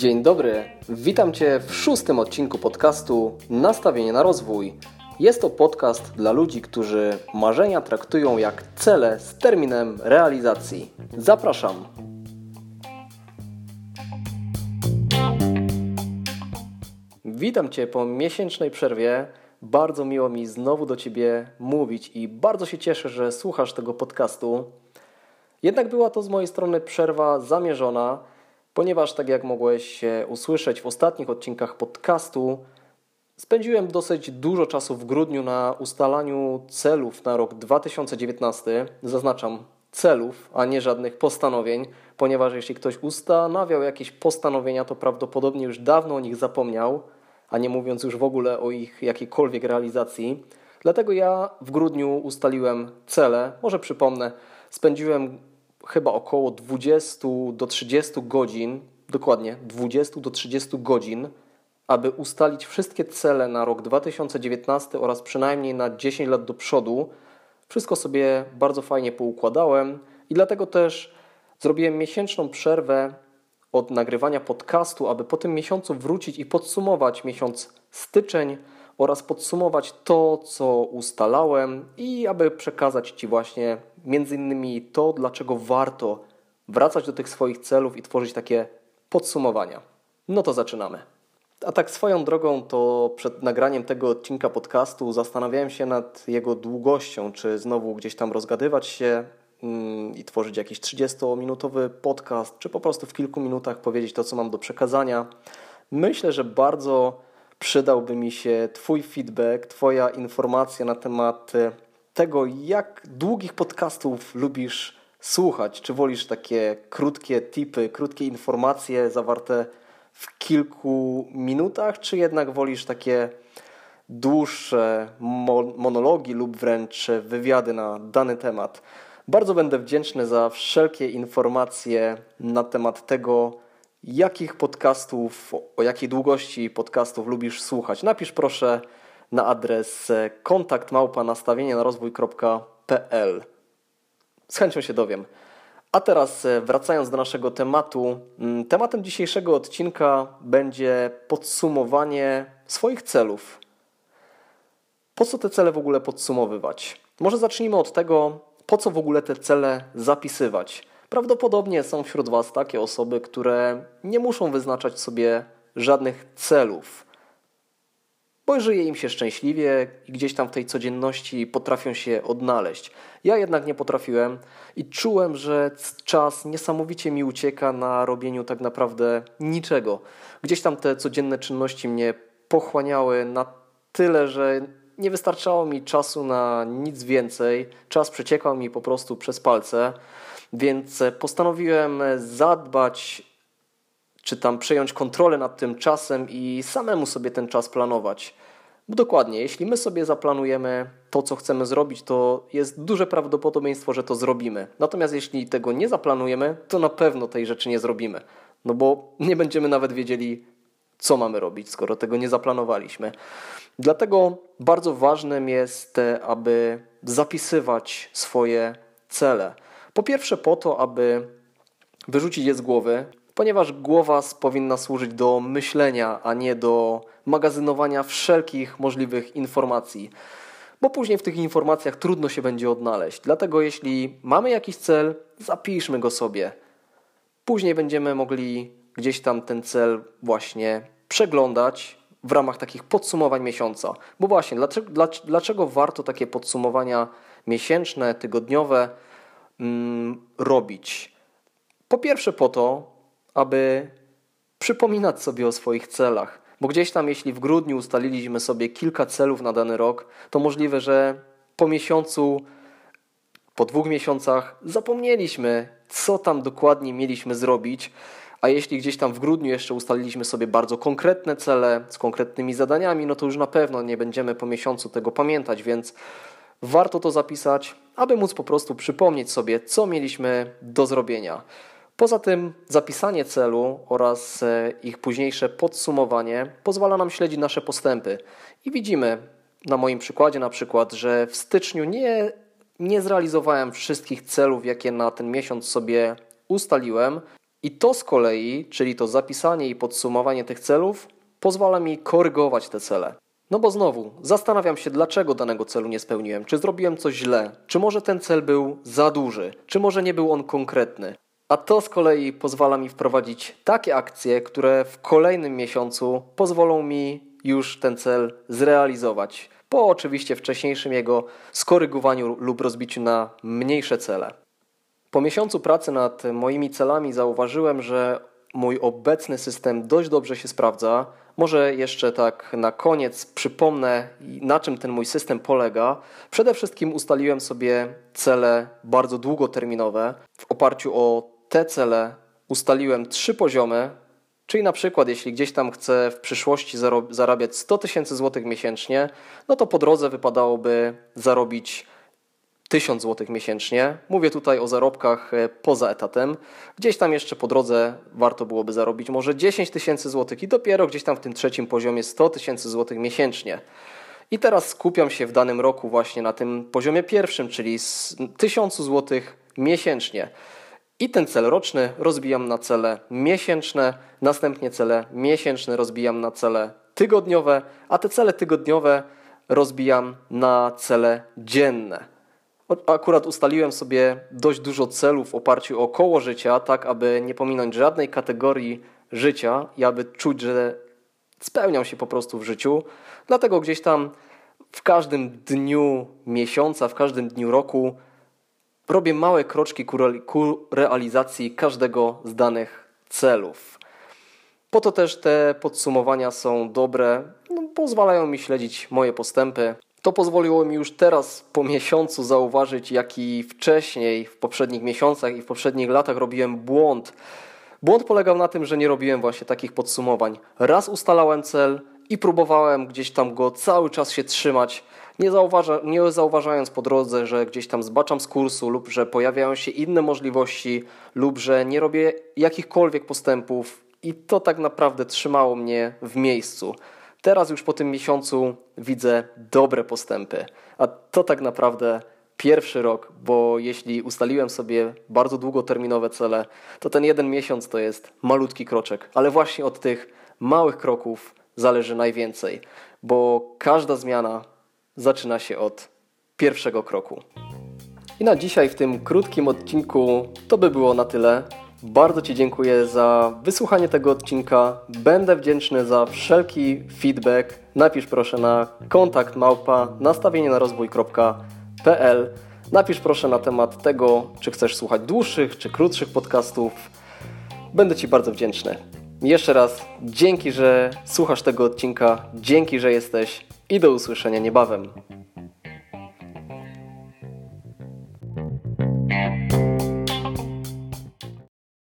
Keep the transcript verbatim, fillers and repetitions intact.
Dzień dobry, witam Cię w szóstym odcinku podcastu Nastawienie na rozwój. Jest to podcast dla ludzi, którzy marzenia traktują jak cele z terminem realizacji. Zapraszam! Witam Cię po miesięcznej przerwie. Bardzo miło mi znowu do Ciebie mówić i bardzo się cieszę, że słuchasz tego podcastu. Jednak była to z mojej strony przerwa zamierzona, ponieważ tak jak mogłeś usłyszeć w ostatnich odcinkach podcastu, spędziłem dosyć dużo czasu w grudniu na ustalaniu celów na rok dwa tysiące dziewiętnasty. Zaznaczam celów, a nie żadnych postanowień, ponieważ jeśli ktoś ustanawiał jakieś postanowienia, to prawdopodobnie już dawno o nich zapomniał, a nie mówiąc już w ogóle o ich jakiejkolwiek realizacji. Dlatego ja w grudniu ustaliłem cele. Może przypomnę, spędziłem chyba około dwadzieścia do trzydziestu godzin, dokładnie dwadzieścia do trzydziestu godzin, aby ustalić wszystkie cele na rok dwa tysiące dziewiętnasty oraz przynajmniej na dziesięć lat do przodu. Wszystko sobie bardzo fajnie poukładałem i dlatego też zrobiłem miesięczną przerwę od nagrywania podcastu, aby po tym miesiącu wrócić i podsumować miesiąc styczeń oraz podsumować to, co ustalałem i aby przekazać Ci właśnie między innymi to, dlaczego warto wracać do tych swoich celów i tworzyć takie podsumowania. No to zaczynamy. A tak swoją drogą, to przed nagraniem tego odcinka podcastu zastanawiałem się nad jego długością, czy znowu gdzieś tam rozgadywać się mm, i tworzyć jakiś trzydziestominutowy podcast, czy po prostu w kilku minutach powiedzieć to, co mam do przekazania. Myślę, że bardzo przydałby mi się Twój feedback, Twoja informacja na temat tego, jak długich podcastów lubisz słuchać. Czy wolisz takie krótkie tipy, krótkie informacje zawarte w kilku minutach, czy jednak wolisz takie dłuższe monologi lub wręcz wywiady na dany temat. Bardzo będę wdzięczny za wszelkie informacje na temat tego, jakich podcastów, o jakiej długości podcastów lubisz słuchać. Napisz proszę na adres kontakt małpa nastawienie na rozwój kropka p l. Z chęcią się dowiem. A teraz wracając do naszego tematu. Tematem dzisiejszego odcinka będzie podsumowanie swoich celów. Po co te cele w ogóle podsumowywać? Może zacznijmy od tego, po co w ogóle te cele zapisywać. Prawdopodobnie są wśród Was takie osoby, które nie muszą wyznaczać sobie żadnych celów, bo żyje im się szczęśliwie i gdzieś tam w tej codzienności potrafią się odnaleźć. Ja jednak nie potrafiłem i czułem, że czas niesamowicie mi ucieka na robieniu tak naprawdę niczego. Gdzieś tam te codzienne czynności mnie pochłaniały na tyle, że nie wystarczało mi czasu na nic więcej. Czas przeciekał mi po prostu przez palce, więc postanowiłem zadbać czy tam przejąć kontrolę nad tym czasem i samemu sobie ten czas planować. Bo dokładnie, jeśli my sobie zaplanujemy to, co chcemy zrobić, to jest duże prawdopodobieństwo, że to zrobimy. Natomiast jeśli tego nie zaplanujemy, to na pewno tej rzeczy nie zrobimy. No bo nie będziemy nawet wiedzieli, co mamy robić, skoro tego nie zaplanowaliśmy. Dlatego bardzo ważnym jest, aby zapisywać swoje cele. Po pierwsze po to, aby wyrzucić je z głowy, ponieważ głowa powinna służyć do myślenia, a nie do magazynowania wszelkich możliwych informacji. Bo później w tych informacjach trudno się będzie odnaleźć. Dlatego jeśli mamy jakiś cel, zapiszmy go sobie. Później będziemy mogli gdzieś tam ten cel właśnie przeglądać w ramach takich podsumowań miesiąca. Bo właśnie, dlaczego, dlaczego warto takie podsumowania miesięczne, tygodniowe mm, robić? Po pierwsze po to, aby przypominać sobie o swoich celach. Bo gdzieś tam, jeśli w grudniu ustaliliśmy sobie kilka celów na dany rok, to możliwe, że po miesiącu, po dwóch miesiącach zapomnieliśmy, co tam dokładnie mieliśmy zrobić. A jeśli gdzieś tam w grudniu jeszcze ustaliliśmy sobie bardzo konkretne cele z konkretnymi zadaniami, no to już na pewno nie będziemy po miesiącu tego pamiętać, więc warto to zapisać, aby móc po prostu przypomnieć sobie, co mieliśmy do zrobienia. Poza tym zapisanie celu oraz ich późniejsze podsumowanie pozwala nam śledzić nasze postępy. I widzimy na moim przykładzie na przykład, że w styczniu nie, nie zrealizowałem wszystkich celów, jakie na ten miesiąc sobie ustaliłem. I to z kolei, czyli to zapisanie i podsumowanie tych celów, pozwala mi korygować te cele. No bo znowu, zastanawiam się, dlaczego danego celu nie spełniłem. Czy zrobiłem coś źle? Czy może ten cel był za duży? Czy może nie był on konkretny? A to z kolei pozwala mi wprowadzić takie akcje, które w kolejnym miesiącu pozwolą mi już ten cel zrealizować. Po oczywiście wcześniejszym jego skorygowaniu lub rozbiciu na mniejsze cele. Po miesiącu pracy nad moimi celami zauważyłem, że mój obecny system dość dobrze się sprawdza. Może jeszcze tak na koniec przypomnę, na czym ten mój system polega. Przede wszystkim ustaliłem sobie cele bardzo długoterminowe. W oparciu o te cele ustaliłem trzy poziomy, czyli na przykład jeśli gdzieś tam chcę w przyszłości zarabiać sto tysięcy złotych miesięcznie, no to po drodze wypadałoby zarobić tysiąc złotych miesięcznie. Mówię tutaj o zarobkach poza etatem. Gdzieś tam jeszcze po drodze warto byłoby zarobić może dziesięć tysięcy złotych i dopiero gdzieś tam w tym trzecim poziomie sto tysięcy złotych miesięcznie. I teraz skupiam się w danym roku właśnie na tym poziomie pierwszym, czyli tysiąc złotych miesięcznie. I ten cel roczny rozbijam na cele miesięczne, następnie cele miesięczne rozbijam na cele tygodniowe, a te cele tygodniowe rozbijam na cele dzienne. Akurat ustaliłem sobie dość dużo celów w oparciu o koło życia, tak aby nie pominąć żadnej kategorii życia i aby czuć, że spełniam się po prostu w życiu. Dlatego gdzieś tam w każdym dniu miesiąca, w każdym dniu roku robię małe kroczki ku, re- ku realizacji każdego z danych celów. Po to też te podsumowania są dobre, no, pozwalają mi śledzić moje postępy. To pozwoliło mi już teraz po miesiącu zauważyć, jaki wcześniej, w poprzednich miesiącach i w poprzednich latach robiłem błąd. Błąd polegał na tym, że nie robiłem właśnie takich podsumowań. Raz ustalałem cel i próbowałem gdzieś tam go cały czas się trzymać, nie, zauważa, nie zauważając po drodze, że gdzieś tam zbaczam z kursu lub że pojawiają się inne możliwości lub że nie robię jakichkolwiek postępów i to tak naprawdę trzymało mnie w miejscu. Teraz już po tym miesiącu widzę dobre postępy, a to tak naprawdę pierwszy rok, bo jeśli ustaliłem sobie bardzo długoterminowe cele, to ten jeden miesiąc to jest malutki kroczek, ale właśnie od tych małych kroków zależy najwięcej, bo każda zmiana zaczyna się od pierwszego kroku. I na dzisiaj w tym krótkim odcinku to by było na tyle. Bardzo Ci dziękuję za wysłuchanie tego odcinka. Będę wdzięczny za wszelki feedback. Napisz proszę na kontakt małpa nastawienie na rozwój kropka p l. Napisz proszę na temat tego, czy chcesz słuchać dłuższych, czy krótszych podcastów. Będę Ci bardzo wdzięczny. Jeszcze raz dzięki, że słuchasz tego odcinka. Dzięki, że jesteś i do usłyszenia niebawem.